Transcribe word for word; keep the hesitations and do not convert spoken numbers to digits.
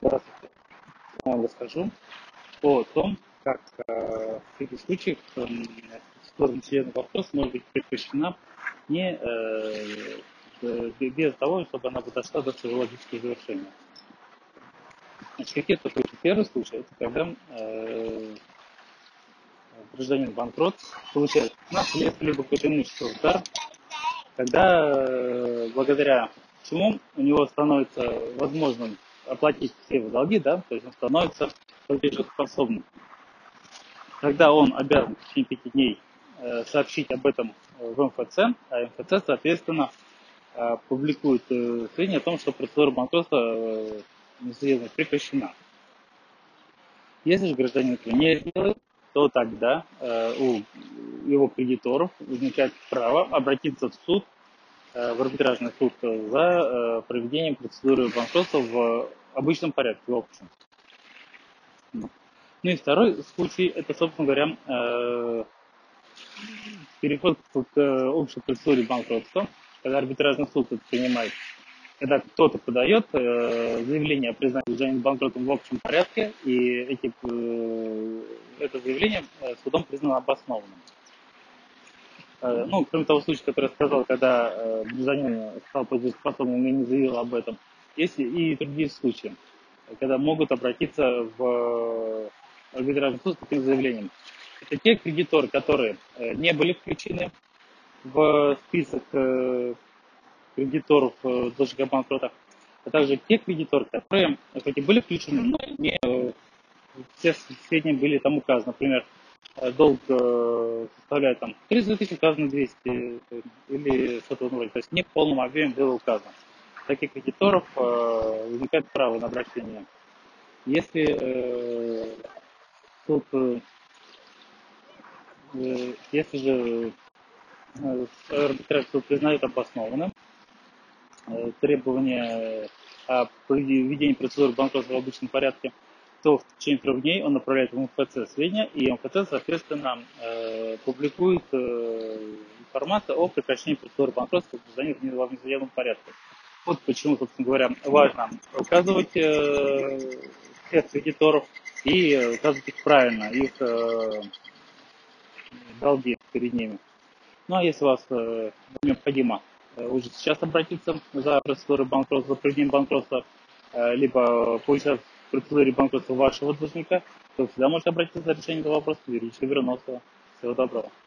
Здравствуйте. Я вам расскажу о том, как э, в таких случаях э, сторону членов вопрос может быть прекращена не, э, э, без того, чтобы она подошла до своего логического завершения. Значит, какие это случаи? Первый случай – это когда э, гражданин банкрот получает наследство либо какой-то имущественный удар, когда э, благодаря чему у него становится возможным оплатить все его долги, да, то есть он становится платежеспособным. Когда он обязан в течение пяти дней э, сообщить об этом в эм эф це, а эм эф це, соответственно, э, публикует э, сведения о том, что процедура банкротства э, несоединенно прекращена. Если же гражданин этого не сделает, то тогда э, у его кредиторов возникает право обратиться в суд, в арбитражный суд за проведением процедуры банкротства в обычном порядке, в общем. Ну и второй случай, это, собственно говоря, переход к общей процедуре банкротства, когда арбитражный суд это принимает, когда кто-то подает заявление о признании гражданина банкротом в общем порядке, и эти, это заявление судом признано обоснованным. Ну, кроме того случая, который я сказал, когда э, гражданин стал платежеспособным и не заявил об этом, есть и другие случаи, когда могут обратиться в арбитражный суд с таким заявлением. Это те кредиторы, которые э, не были включены в список э, кредиторов э, должника банкрота, а также те кредиторы, которые, хоть и были включены, но не э, все сведения были там указаны. Например, долг э, составляет там триста тысяч, указано двести или что-то вроде. То есть не в полном объеме было указано. Таких кредиторов э, возникает право на обращение. Если э, суд, э, если же э, арбитражный суд признает обоснованным э, требования о ведении процедуры банкротства в обычном порядке, то в течение трех дней он направляет в эм эф це сведения, и эм эф це, соответственно, э, публикует э, информацию о прекращении процедуры банкротства гражданина в несудебном порядке. Вот почему, собственно говоря, важно указывать э, всех кредиторов и указывать их правильно, их э, долги перед ними. Ну а если у вас э, необходимо э, уже сейчас обратиться за процедурой банкротства, за проведением банкротства, э, либо поучаствовать в процедуре банкротства вашего должника, то всегда можете обратиться за решением этого вопроса в юридическое бюро Носова. Всего доброго.